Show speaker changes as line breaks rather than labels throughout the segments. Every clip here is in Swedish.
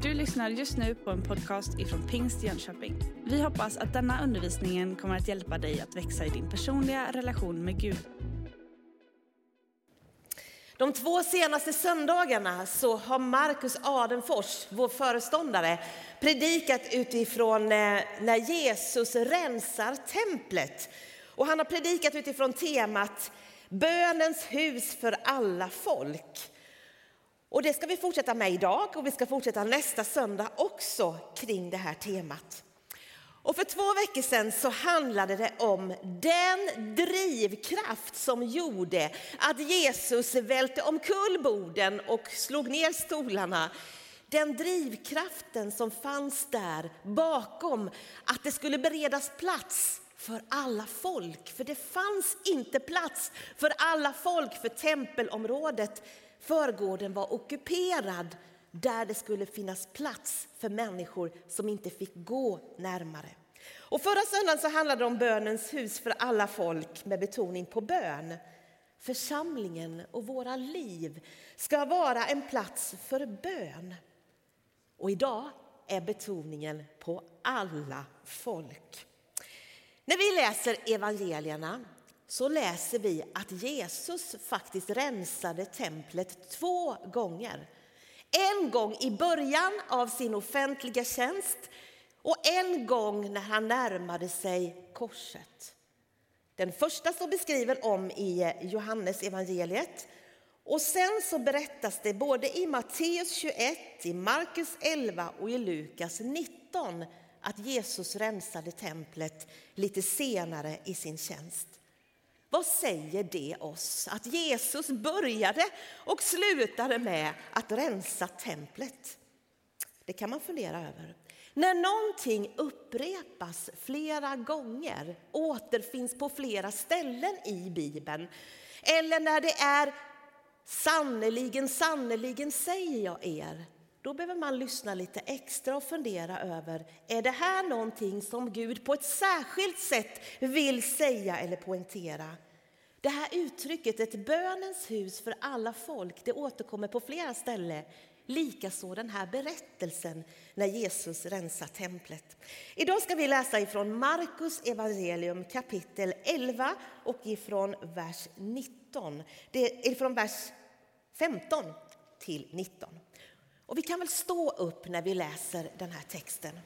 Du lyssnar just nu på en podcast ifrån Pingst Jönköping. Vi hoppas att denna undervisning kommer att hjälpa dig att växa i din personliga relation med Gud.
De 2 senaste söndagarna så har Marcus Adenfors, vår föreståndare, predikat utifrån när Jesus rensar templet. Och han har predikat utifrån temat bönens hus för alla folk. Och det ska vi fortsätta med idag och vi ska fortsätta nästa söndag också kring det här temat. Och för 2 veckor sedan så handlade det om den drivkraft som gjorde att Jesus välte omkull borden och slog ner stolarna. Den drivkraften som fanns där bakom att det skulle beredas plats för alla folk. För det fanns inte plats för alla folk, för tempelområdet, förgården var ockuperad. Där det skulle finnas plats för människor som inte fick gå närmare. Och förra söndagen så handlade det om bönens hus för alla folk med betoning på bön. Församlingen och våra liv ska vara en plats för bön. Och idag är betoningen på alla folk. När vi läser evangelierna så läser vi att Jesus faktiskt rensade templet 2 gånger. En gång i början av sin offentliga tjänst och en gång när han närmade sig korset. Den första så beskriven om i Johannes evangeliet. Och sen så berättas det både i Matteus 21, i Markus 11 och i Lukas 19 att Jesus rensade templet lite senare i sin tjänst. Vad säger det oss? Att Jesus började och slutade med att rensa templet. Det kan man fundera över. När någonting upprepas flera gånger, återfinns på flera ställen i Bibeln. Eller när det är sannerligen säger jag er. Då behöver man lyssna lite extra och fundera över, är det här någonting som Gud på ett särskilt sätt vill säga eller poängtera? Det här uttrycket, ett bönens hus för alla folk, det återkommer på flera ställen. Likaså den här berättelsen när Jesus rensar templet. Idag ska vi läsa ifrån Markus evangelium kapitel 11 och ifrån vers 19. Det är från vers 15 till 19. Och vi kan väl stå upp när vi läser den här texten.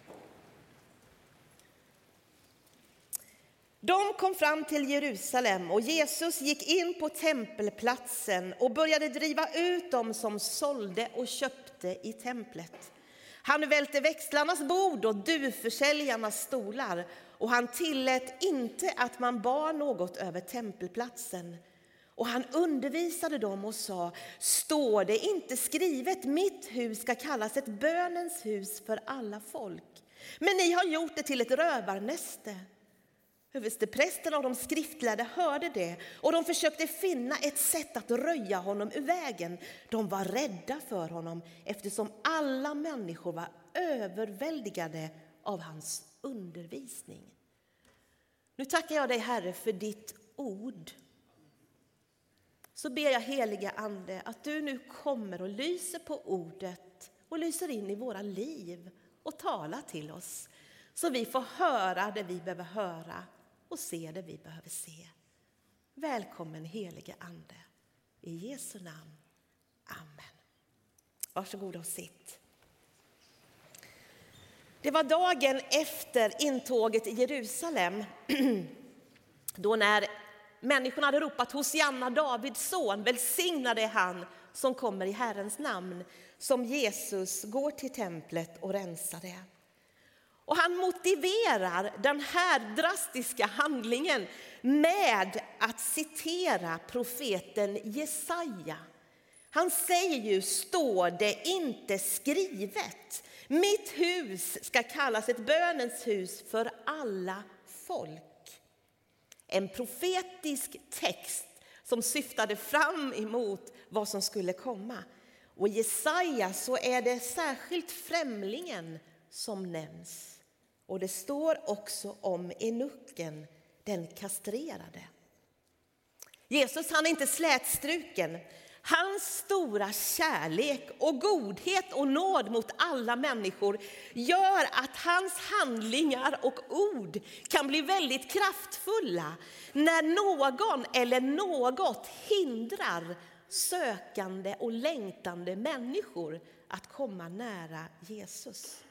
De kom fram till Jerusalem och Jesus gick in på tempelplatsen och började driva ut dem som sålde och köpte i templet. Han välte växlarnas bord och duvförsäljarnas stolar och han tillät inte att man bar något över tempelplatsen. Och han undervisade dem och sa, står det inte skrivet, mitt hus ska kallas ett bönens hus för alla folk. Men ni har gjort det till ett rövarnäste. Översteprästen och de skriftlärda hörde det och de försökte finna ett sätt att röja honom ur vägen. De var rädda för honom eftersom alla människor var överväldigade av hans undervisning. Nu tackar jag dig, Herre, för ditt ord. Så ber jag, heliga Ande, att du nu kommer och lyser på ordet och lyser in i våra liv och talar till oss. Så vi får höra det vi behöver höra och se det vi behöver se. Välkommen, heliga Ande. I Jesu namn. Amen. Varsågod och sitt. Det var dagen efter intåget i Jerusalem. Då när människorna hade ropat Hosianna, Davids son, välsignade han som kommer i Herrens namn. Som Jesus går till templet och rensar det. Och han motiverar den här drastiska handlingen med att citera profeten Jesaja. Han säger ju, står det inte skrivet, mitt hus ska kallas ett bönens hus för alla folk. En profetisk text som syftade fram emot vad som skulle komma. Och i Jesaja så är det särskilt främlingen som nämns. Och det står också om enucken, den kastrerade. Jesus, han är inte slätstruken. Hans stora kärlek och godhet och nåd mot alla människor gör att hans handlingar och ord kan bli väldigt kraftfulla när någon eller något hindrar sökande och längtande människor att komma nära Jesus.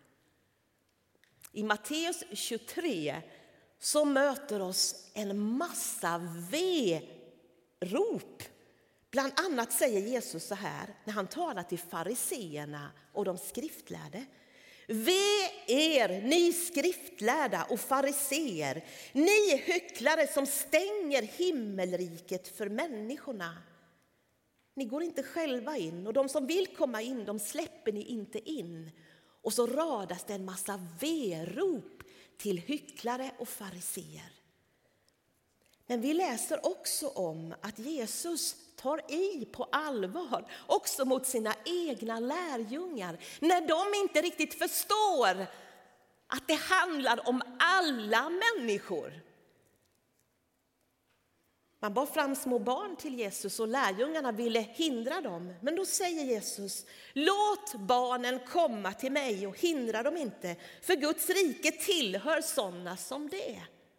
I Matteus 23 så möter oss en massa ve-rop. Bland annat säger Jesus så här när han talar till fariseerna och de skriftlärde. Ve er, ni skriftlärda och fariseer, ni hycklare som stänger himmelriket för människorna. Ni går inte själva in, och de som vill komma in, de släpper ni inte in. Och så radas det en massa verop till hycklare och fariseer. Men vi läser också om att Jesus tar i på allvar också mot sina egna lärjungar när de inte riktigt förstår att det handlar om alla människor. Man bar fram små barn till Jesus och lärjungarna ville hindra dem. Men då säger Jesus: låt barnen komma till mig och hindra dem inte, för Guds rike tillhör sådana som det.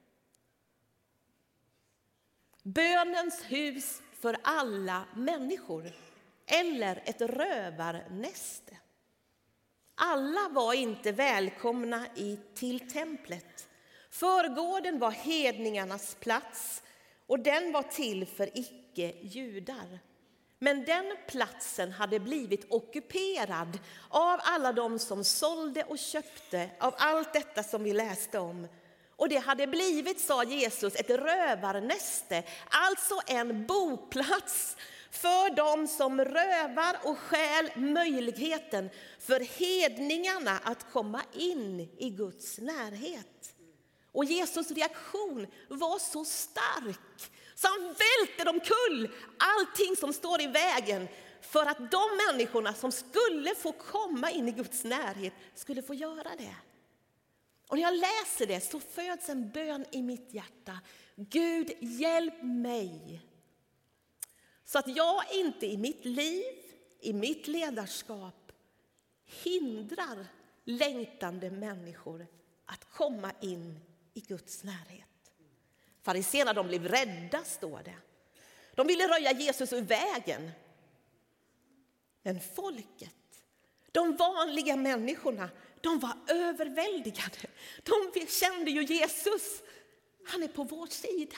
Bönens hus för alla människor, eller ett rövarnäste. Alla var inte välkomna till templet. Förgården var hedningarnas plats och den var till för icke-judar. Men den platsen hade blivit ockuperad av alla de som sålde och köpte av allt detta som vi läste om. Och det hade blivit, sa Jesus, ett rövarnäste, alltså en boplats för dem som rövar och stjäl möjligheten för hedningarna att komma in i Guds närhet. Och Jesus reaktion var så stark så han välter omkull allting som står i vägen för att de människorna som skulle få komma in i Guds närhet skulle få göra det. Och när jag läser det så föds en bön i mitt hjärta. Gud, hjälp mig så att jag inte i mitt liv, i mitt ledarskap hindrar längtande människor att komma in i Guds närhet. Fariséerna, de blev rädda, står det. De ville röja Jesus ur vägen. Men folket, de vanliga människorna, de var överväldigade. De kände ju Jesus. Han är på vår sida.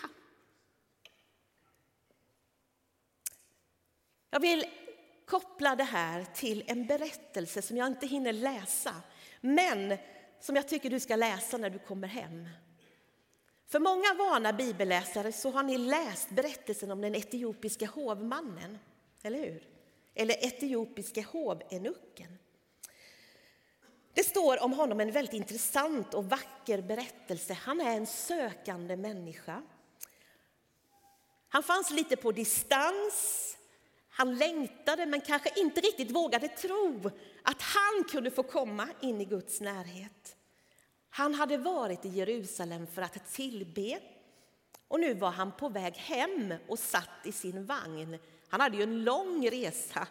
Jag vill koppla det här till en berättelse som jag inte hinner läsa, men som jag tycker du ska läsa när du kommer hem. För många vana bibelläsare så har ni läst berättelsen om den etiopiska hovmannen, eller hur? Eller etiopiska hovenucken. Det står om honom en väldigt intressant och vacker berättelse. Han är en sökande människa. Han fanns lite på distans. Han längtade men kanske inte riktigt vågade tro att han kunde få komma in i Guds närhet. Han hade varit i Jerusalem för att tillbe och nu var han på väg hem och satt i sin vagn. Han hade ju en lång resa.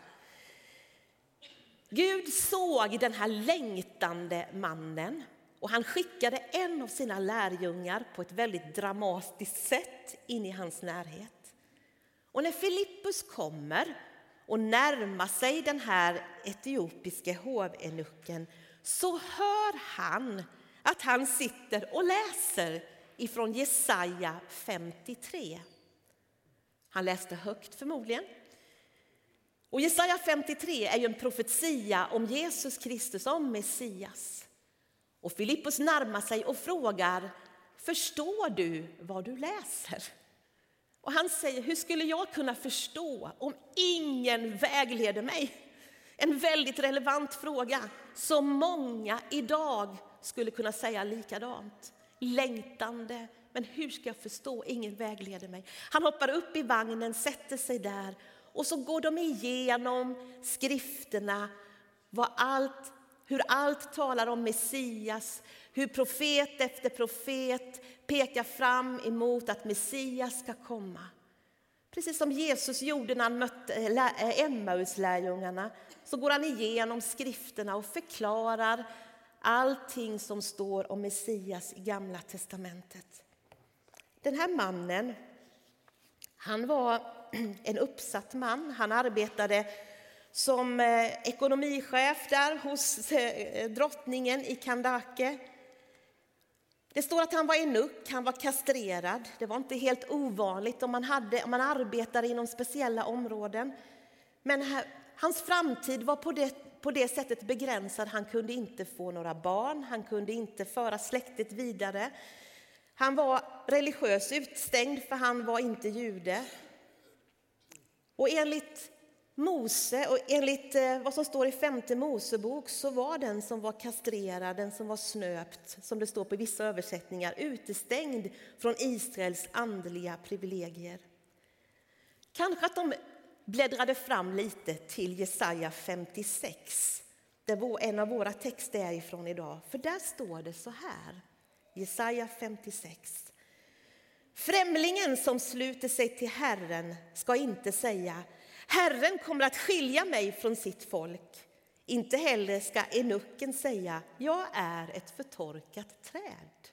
Gud såg den här längtande mannen och han skickade en av sina lärjungar på ett väldigt dramatiskt sätt in i hans närhet. Och när Filippus kommer och närmar sig den här etiopiska hovenucken så hör han att han sitter och läser ifrån Jesaja 53. Han läste högt förmodligen. Och Jesaja 53 är ju en profetia om Jesus Kristus, om Messias. Och Filippus närmar sig och frågar: förstår du vad du läser? Och han säger: hur skulle jag kunna förstå om ingen vägleder mig? En väldigt relevant fråga som många idag skulle kunna säga likadant. Längtande, men hur ska jag förstå? Ingen vägleder mig. Han hoppar upp i vagnen, sätter sig där och så går de igenom skrifterna, hur allt talar om Messias, hur profet efter profet pekar fram emot att Messias ska komma. Precis som Jesus gjorde när han mötte Emmauslärjungarna, så går han igenom skrifterna och förklarar allting som står om Messias i Gamla testamentet. Den här mannen, han var en uppsatt man. Han arbetade som ekonomichef där hos drottningen i Kandake. Det står att han var enuck, han var kastrerad. Det var inte helt ovanligt om man arbetade inom speciella områden. Men hans framtid var på det sättet begränsad. Han kunde inte få några barn, han kunde inte föra släktet vidare. Han var religiöst utstängd för han var inte jude. Och enligt Mose och enligt vad som står i 5:e Mosebok så var den som var kastrerad, den som var snöpt, som det står på vissa översättningar, utestängd från Israels andliga privilegier. Kanske att de bläddrade fram lite till Jesaja 56. Det var en av våra texter ifrån idag. För där står det så här, Jesaja 56. Främlingen som sluter sig till Herren ska inte säga: Herren kommer att skilja mig från sitt folk. Inte heller ska enucken säga: jag är ett förtorkat träd.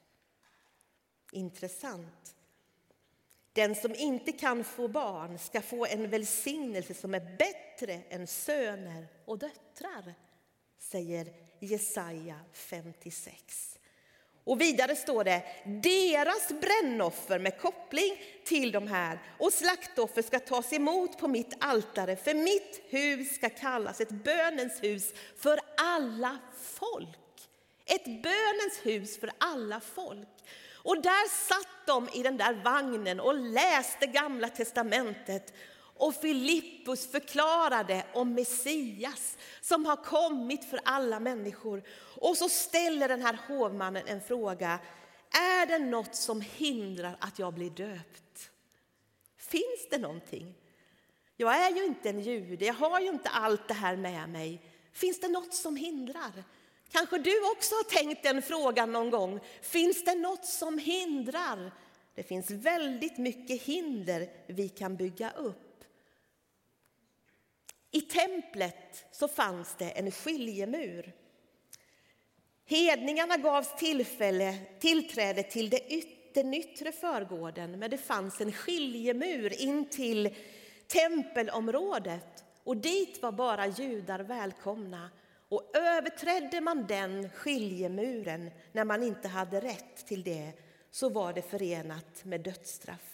Intressant. Den som inte kan få barn ska få en välsignelse som är bättre än söner och döttrar, säger Jesaja 56. Och vidare står det: deras brännoffer med koppling till de här och slaktoffer ska tas emot på mitt altare, för mitt hus ska kallas ett bönens hus för alla folk. Ett bönens hus för alla folk. Och där satt de i den där vagnen och läste Gamla testamentet. Och Filippus förklarade om Messias som har kommit för alla människor. Och så ställer den här hovmannen en fråga: är det något som hindrar att jag blir döpt? Finns det någonting? Jag är ju inte en jude, jag har ju inte allt det här med mig. Finns det något som hindrar? Kanske du också har tänkt den frågan någon gång. Finns det något som hindrar? Det finns väldigt mycket hinder vi kan bygga upp. I templet så fanns det en skiljemur. Hedningarna gavs tillträde till den yttre förgården, men det fanns en skiljemur in till tempelområdet, och dit var bara judar välkomna. Och överträdde man den skiljemuren när man inte hade rätt till det, så var det förenat med dödsstraff.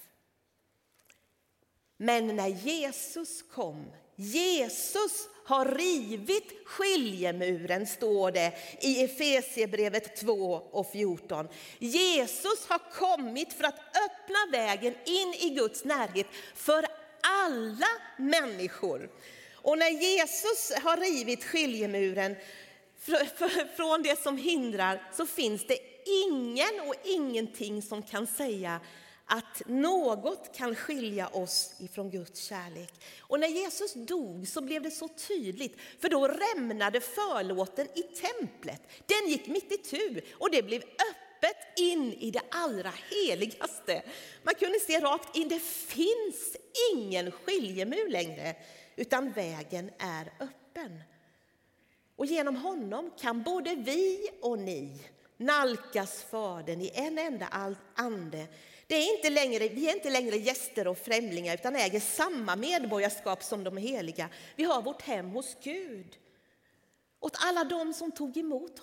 Men när Jesus kom, Jesus har rivit skiljemuren, står det i Efesierbrevet 2:14. Jesus har kommit för att öppna vägen in i Guds närhet för alla människor. Och när Jesus har rivit skiljemuren från det som hindrar, så finns det ingen och ingenting som kan säga att något kan skilja oss ifrån Guds kärlek. Och när Jesus dog så blev det så tydligt, för då rämnade förlåten i templet. Den gick mitt itu och det blev öppet in i det allra heligaste. Man kunde se rakt in, det finns ingen skiljemur längre, utan vägen är öppen. Och genom honom kan både vi och ni nalkas Fadern i en enda ande. Vi är inte längre gäster och främlingar, utan äger samma medborgarskap som de heliga. Vi har vårt hem hos Gud. Åt alla de som tog emot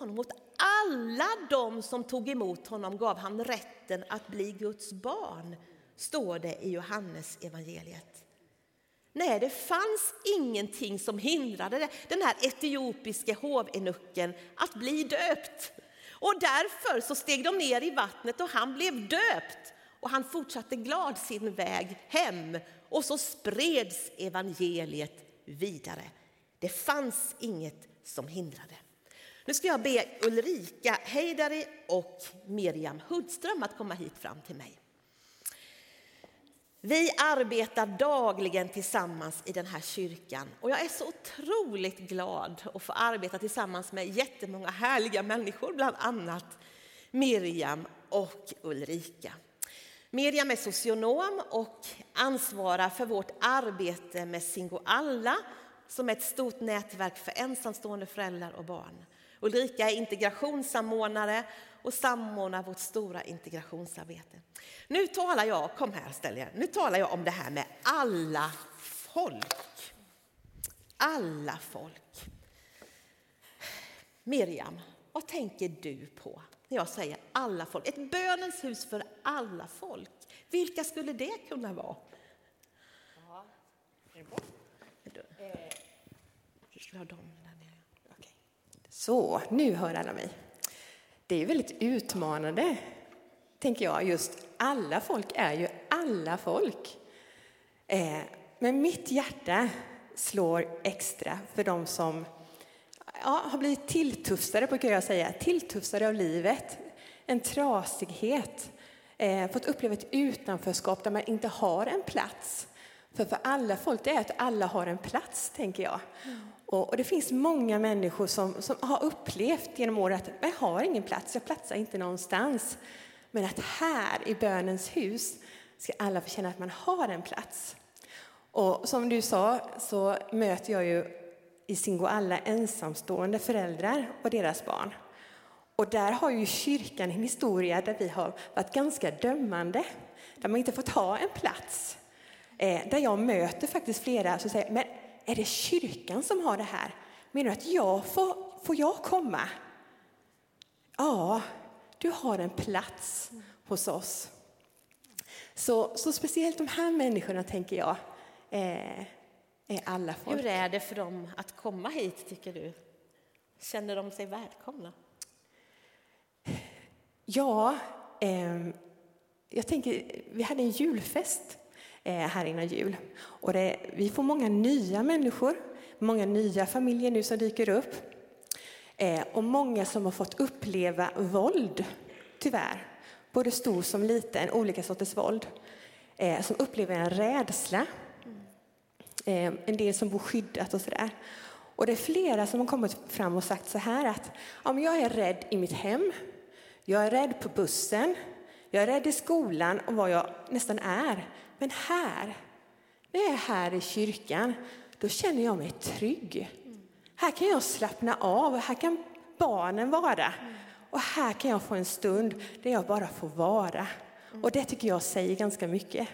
honom, gav han rätten att bli Guds barn, står det i Johannes evangeliet. Nej, det fanns ingenting som hindrade den här etiopiska hovenucken att bli döpt. Och därför så steg de ner i vattnet och han blev döpt. Och han fortsatte glad sin väg hem. Och så spreds evangeliet vidare. Det fanns inget som hindrade. Nu ska jag be Ulrika Heidari och Miriam Hudström att komma hit fram till mig. Vi arbetar dagligen tillsammans i den här kyrkan. Och jag är så otroligt glad att få arbeta tillsammans med jättemånga härliga människor. Bland annat Miriam och Ulrika. Miriam är socionom och ansvarar för vårt arbete med Singoalla, som är ett stort nätverk för ensamstående föräldrar och barn. Ulrika är integrationssamordnare och samordnar vårt stora integrationsarbete. Nu talar jag, kom här ställ er. Nu talar jag om det här med alla folk. Alla folk. Miriam, vad tänker du på när jag säger alla folk? Ett bönens hus för alla folk. Vilka skulle det kunna vara?
Ja,
Du skulle ha dem där nere.
okej. Så, nu hör alla mig. Det är väldigt utmanande, tänker jag. Just alla folk är ju alla folk. Men mitt hjärta slår extra för de som har blivit tilltufsade, brukar jag säga. Tilltufsade av livet. En trasighet. Fått uppleva ett utanförskap där man inte har en plats. För alla folk, det är att alla har en plats, tänker jag. Och det finns många människor som har upplevt genom året att jag har ingen plats, jag platsar inte någonstans. Men att här i bönens hus ska alla få känna att man har en plats. Och som du sa så möter jag ju i Singoalla ensamstående föräldrar och deras barn. Och där har ju kyrkan en historia där vi har varit ganska dömande. Där man inte fått ha en plats. Där jag möter faktiskt flera som säger, men är det kyrkan som har det här? Menar du att jag får jag komma? Ja, du har en plats hos oss. Så speciellt de här människorna, tänker jag, är alla folk.
Hur är det för dem att komma hit, tycker du? Känner de sig välkomna?
Ja, jag tänker, vi hade en julfest här innan jul. Och vi får många nya människor, många nya familjer nu som dyker upp. Och många som har fått uppleva våld, tyvärr. Både stor som liten, olika sorters våld. Som upplever en rädsla. En del som bor skyddat och sådär. Och det är flera som har kommit fram och sagt så här att jag är rädd i mitt hem. Jag är rädd på bussen. Jag är rädd i skolan och vad jag nästan är. Men här, när jag är här i kyrkan, då känner jag mig trygg. Här kan jag slappna av. Här kan barnen vara. Och här kan jag få en stund där jag bara får vara. Och det tycker jag säger ganska mycket.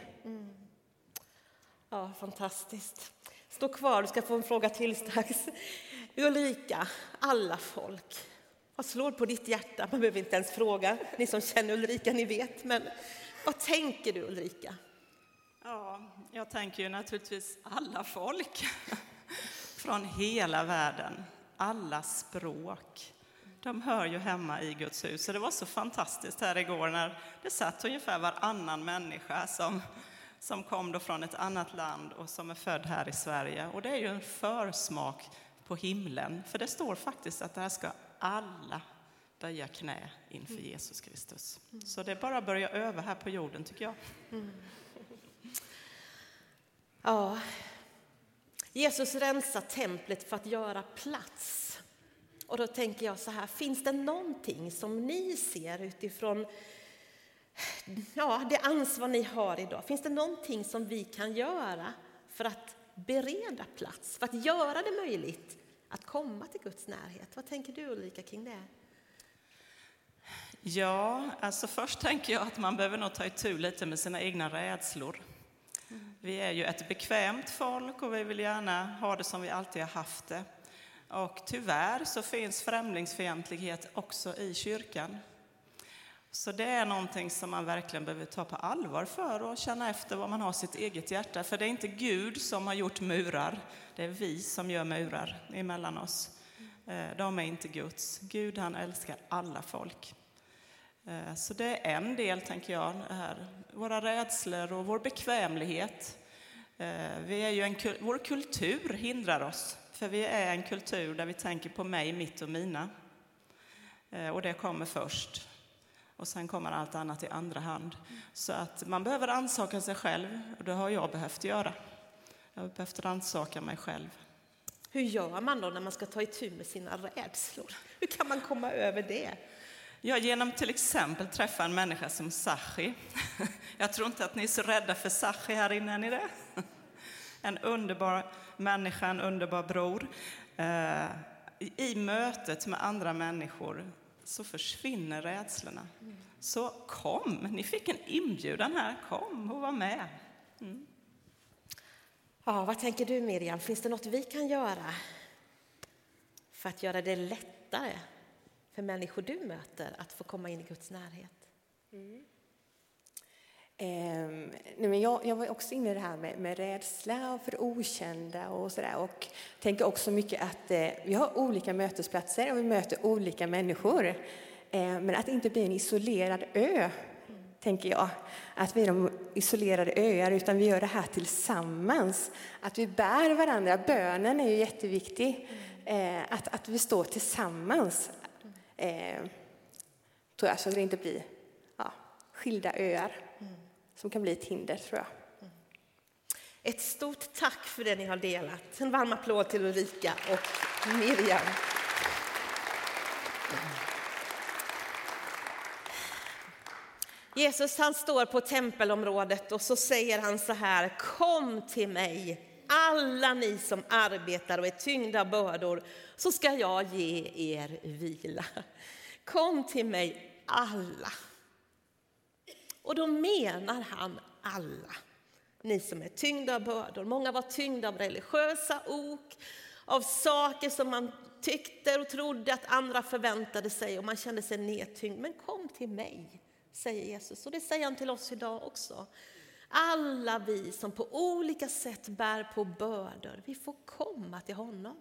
Ja, fantastiskt. Stå kvar, du ska få en fråga till strax. Ulrika, alla folk. Vad slår på ditt hjärta? Man behöver inte ens fråga. Ni som känner Ulrika, ni vet. Men vad tänker du, Ulrika?
Ja, jag tänker ju naturligtvis alla folk från hela världen. Alla språk. De hör ju hemma i Guds hus. Så det var så fantastiskt här igår när det satt ungefär varannan människa som kom då från ett annat land och som är född här i Sverige. Och det är ju en försmak på himlen. För det står faktiskt att det här ska alla böja knä inför Jesus Kristus. Så det är bara att börja öva här på jorden, tycker jag.
Ja, Jesus rensar templet för att göra plats. Och då tänker jag så här, finns det någonting som ni ser utifrån det ansvar ni har idag? Finns det någonting som vi kan göra för att bereda plats, för att göra det möjligt att komma till Guds närhet? Vad tänker du, Ulrika, kring det?
Ja, alltså först tänker jag att man behöver nog ta itu lite med sina egna rädslor. Vi är ju ett bekvämt folk och vi vill gärna ha det som vi alltid har haft det. Och tyvärr så finns främlingsfientlighet också i kyrkan. Så det är någonting som man verkligen behöver ta på allvar för och känna efter vad man har sitt eget hjärta. För det är inte Gud som har gjort murar, det är vi som gör murar emellan oss. De är inte Guds. Gud, han älskar alla folk. Så det är en del, tänker jag, här. Våra rädslor och vår bekvämlighet. Vi är ju vår kultur hindrar oss. För vi är en kultur där vi tänker på mig, mitt och mina. Och det kommer först. Och sen kommer allt annat i andra hand. Så att man behöver rannsaka sig själv. Och det har jag behövt göra. Jag har behövt rannsaka mig själv.
Hur gör man då när man ska ta itu med sina rädslor? Hur kan man komma över det?
Ja, genom till exempel träffa en människa som Sachi. Jag tror inte att ni är så rädda för Sachi här inne, är ni det? En underbar människa, en underbar bror. I mötet med andra människor så försvinner rädslorna. Så kom, ni fick en inbjudan här, kom och var med.
Ja, vad tänker du, Miriam? Finns det något vi kan göra för att göra det lättare för människor du möter att få komma in i Guds närhet?
Men jag var också inne i det här med rädsla och för okända och sådär. Och tänker också mycket att vi har olika mötesplatser och vi möter olika människor. Men att inte bli en isolerad ö, tänker jag. Att vi är de isolerade öar, utan vi gör det här tillsammans. Att vi bär varandra. Bönen är ju jätteviktig. Att vi står tillsammans. Tror jag, så att det inte blir skilda öar. Som kan bli ett hinder, tror jag.
Ett stort tack för det ni har delat. En varm applåd till Ulrika och Miriam. Jesus, han står på tempelområdet och så säger han så här: kom till mig, alla ni som arbetar och är tyngda av bördor, så ska jag ge er vila. Kom till mig alla. Och då menar han alla. Ni som är tyngda av bördor. Många var tyngda av religiösa ok, av saker som man tyckte och trodde att andra förväntade sig, och man kände sig nedtyngd. Men kom till mig, säger Jesus. Och det säger han till oss idag också. Alla vi som på olika sätt bär på bördor, vi får komma till honom.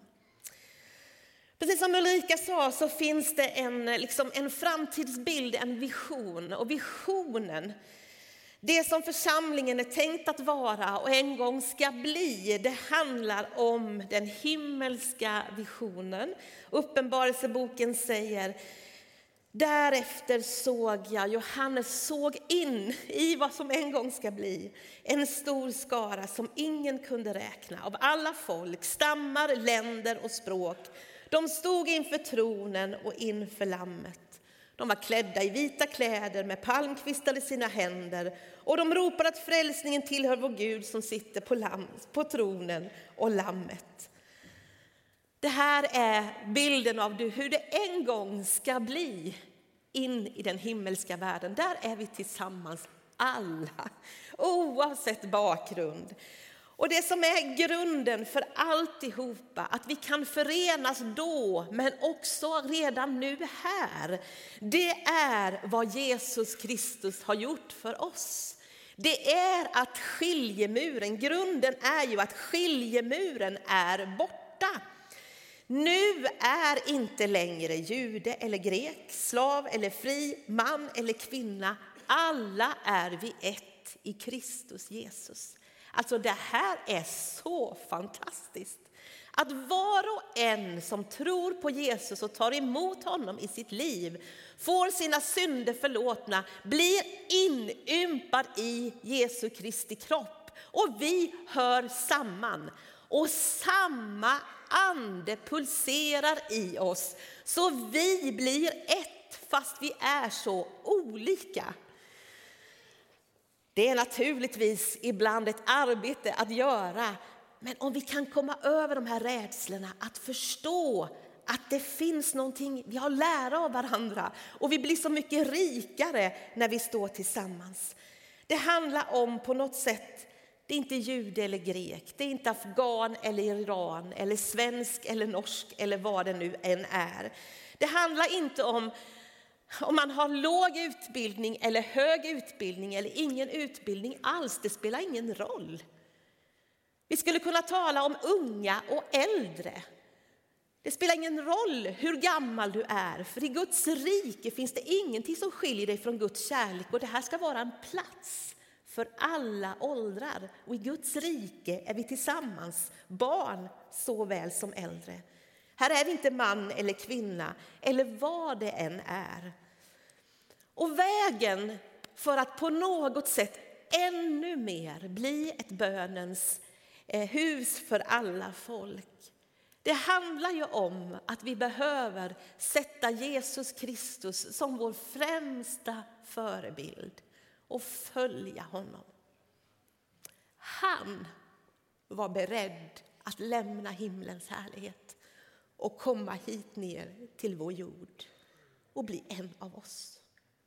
Precis som Ulrika sa så finns det en framtidsbild, en vision. Och visionen, det som församlingen är tänkt att vara och en gång ska bli, det handlar om den himmelska visionen. Uppenbarelseboken säger: därefter såg jag, Johannes såg in i vad som en gång ska bli, en stor skara som ingen kunde räkna, av alla folk, stammar, länder och språk. De stod inför tronen och inför lammet. De var klädda i vita kläder med palmkvistar i sina händer, och de ropade att frälsningen tillhör vår Gud som sitter på tronen och lammet. Det här är bilden av hur det en gång ska bli in i den himmelska världen. Där är vi tillsammans alla, oavsett bakgrund. Och det som är grunden för alltihopa, att vi kan förenas då men också redan nu här, det är vad Jesus Kristus har gjort för oss. Det är att grunden är ju att skiljemuren är borta. Nu är inte längre jude eller grek, slav eller fri, man eller kvinna. Alla är vi ett i Kristus Jesus. Alltså det här är så fantastiskt. Att var och en som tror på Jesus och tar emot honom i sitt liv får sina synder förlåtna, blir inympad i Jesu Kristi kropp. Och vi hör samman. Och samma ande pulserar i oss. Så vi blir ett fast vi är så olika. Det är naturligtvis ibland ett arbete att göra. Men om vi kan komma över de här rädslorna, att förstå att det finns någonting vi har lära av varandra. Och vi blir så mycket rikare när vi står tillsammans. Det handlar om på något sätt, det är inte jude eller grek. Det är inte afghan eller iran eller svensk eller norsk eller vad det nu än är. Det handlar inte om man har låg utbildning eller hög utbildning eller ingen utbildning alls. Det spelar ingen roll. Vi skulle kunna tala om unga och äldre. Det spelar ingen roll hur gammal du är. För i Guds rike finns det ingenting som skiljer dig från Guds kärlek. Och det här ska vara en plats för alla åldrar. Och i Guds rike är vi tillsammans, barn såväl som äldre. Här är vi inte man eller kvinna eller vad det än är. Och vägen för att på något sätt ännu mer bli ett bönens hus för alla folk Det handlar ju om att vi behöver sätta Jesus Kristus som vår främsta förebild och följa honom. Han var beredd att lämna himlens härlighet och komma hit ner till vår jord och bli en av oss.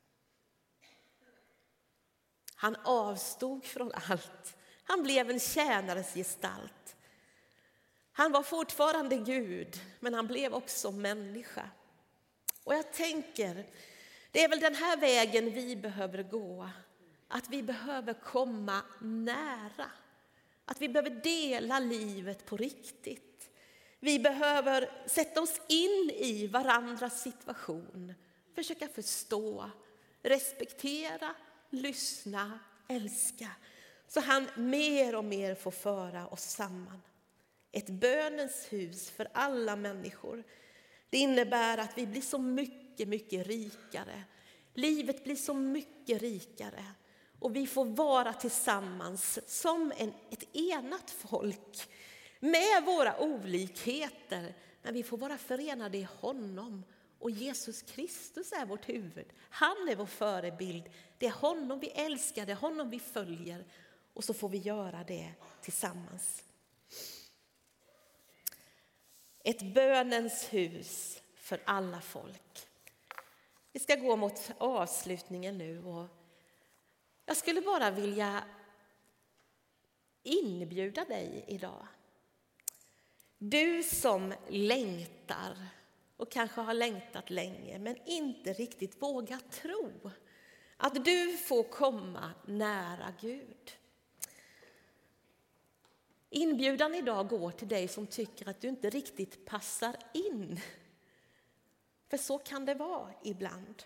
Han avstod från allt. Han blev en tjänares gestalt. Han var fortfarande Gud, men han blev också människa. Och jag tänker, det är väl den här vägen vi behöver gå. Att vi behöver komma nära. Att vi behöver dela livet på riktigt. Vi behöver sätta oss in i varandras situation. Försöka förstå, respektera, lyssna, älska. Så han mer och mer får föra oss samman. Ett bönens hus för alla människor. Det innebär att vi blir så mycket, mycket rikare. Livet blir så mycket rikare. Och vi får vara tillsammans som ett enat folk. Med våra olikheter. Men vi får vara förenade i honom. Och Jesus Kristus är vårt huvud. Han är vår förebild. Det är honom vi älskar, det är honom vi följer. Och så får vi göra det tillsammans. Ett bönens hus för alla folk. Vi ska gå mot avslutningen nu. Och jag skulle bara vilja inbjuda dig idag. Du som längtar och kanske har längtat länge men inte riktigt vågar tro att du får komma nära Gud. Inbjudan idag går till dig som tycker att du inte riktigt passar in. För så kan det vara ibland.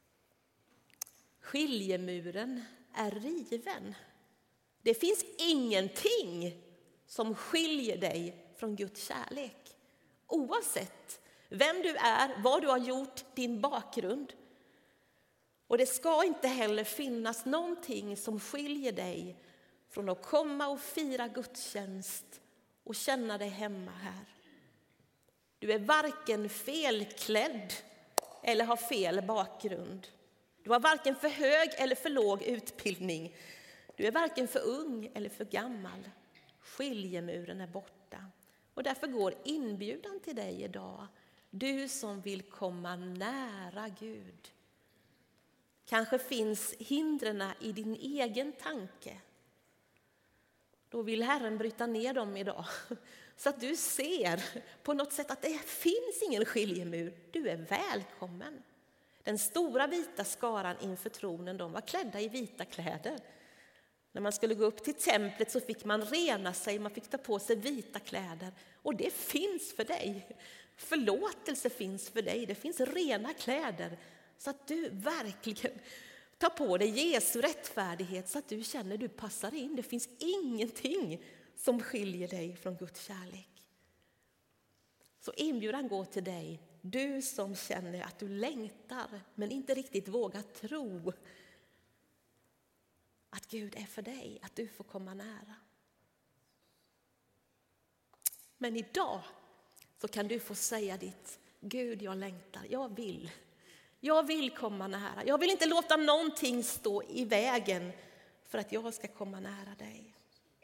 Skiljemuren är riven. Det finns ingenting som skiljer dig från Guds kärlek. Oavsett vem du är, vad du har gjort, din bakgrund. Och det ska inte heller finnas någonting som skiljer dig från att komma och fira gudstjänst och känna dig hemma här. Du är varken felklädd eller har fel bakgrund. Du har varken för hög eller för låg utbildning. Du är varken för ung eller för gammal. Skiljemuren är borta. Och därför går inbjudan till dig idag. Du som vill komma nära Gud. Kanske finns hindren i din egen tanke. Då vill Herren bryta ner dem idag. Så att du ser på något sätt att det finns ingen skiljemur. Du är välkommen. Den stora vita skaran inför tronen, de var klädda i vita kläder. När man skulle gå upp till templet så fick man rena sig, man fick ta på sig vita kläder. Och det finns för dig. Förlåtelse finns för dig, det finns rena kläder. Så att du verkligen tar på dig Jesu rättfärdighet så att du känner att du passar in. Det finns ingenting som skiljer dig från Guds kärlek. Så inbjudan går till dig, du som känner att du längtar men inte riktigt vågar tro att Gud är för dig, att du får komma nära. Men idag så kan du få säga ditt: Gud, jag längtar, jag vill komma nära. Jag vill inte låta någonting stå i vägen för att jag ska komma nära dig.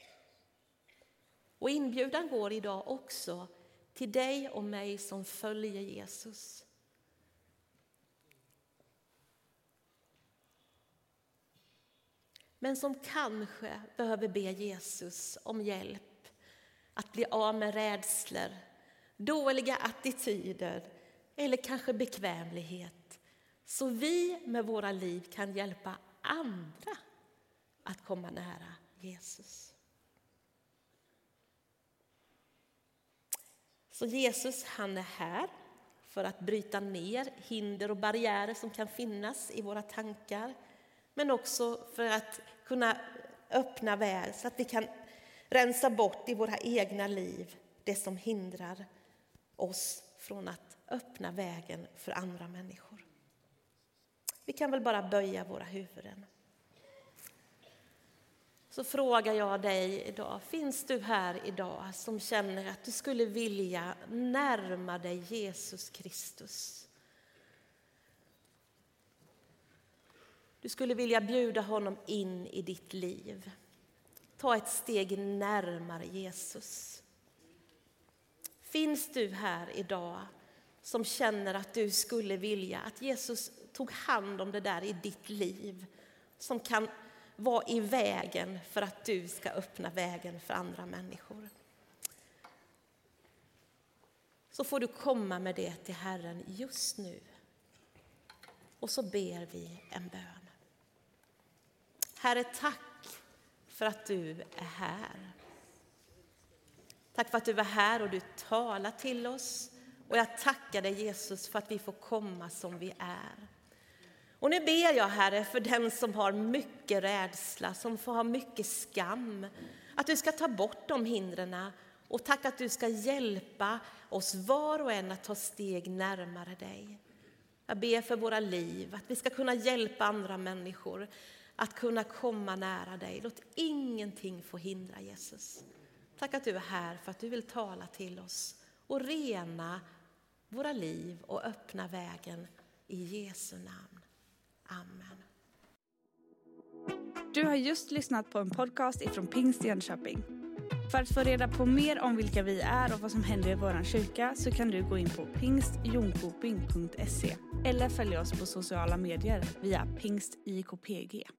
Och inbjudan går idag också till dig och mig som följer Jesus. Men som kanske behöver be Jesus om hjälp att bli av med rädslor, dåliga attityder eller kanske bekvämlighet. Så vi med våra liv kan hjälpa andra att komma nära Jesus. Så Jesus, han är här för att bryta ner hinder och barriärer som kan finnas i våra tankar. Men också för att kunna öppna väg så att vi kan rensa bort i våra egna liv det som hindrar oss från att öppna vägen för andra människor. Vi kan väl bara böja våra huvuden. så frågar jag dig idag, finns du här idag som känner att du skulle vilja närma dig Jesus Kristus? Du skulle vilja bjuda honom in i ditt liv. Ta ett steg närmare Jesus. Finns du här idag som känner att du skulle vilja att Jesus tog hand om det där i ditt liv som kan vara i vägen för att du ska öppna vägen för andra människor? Så får du komma med det till Herren just nu. Och så ber vi en bön. Herre, tack för att du är här. Tack för att du är här och du talar till oss. Och jag tackar dig Jesus för att vi får komma som vi är. Och nu ber jag, Herre, för den som har mycket rädsla, som får ha mycket skam, att du ska ta bort de hindren. Och tack att du ska hjälpa oss var och en att ta steg närmare dig. Jag ber för våra liv, att vi ska kunna hjälpa andra människor att kunna komma nära dig. Låt ingenting få hindra Jesus. Tack att du är här för att du vill tala till oss och rena våra liv och öppna vägen i Jesu namn. Amen.
Du har just lyssnat på en podcast ifrån Pingst Jönköping. För att få reda på mer om vilka vi är och vad som händer i vår kyrka så kan du gå in på pingstjonkoping.se eller följa oss på sociala medier via pingstjkpg.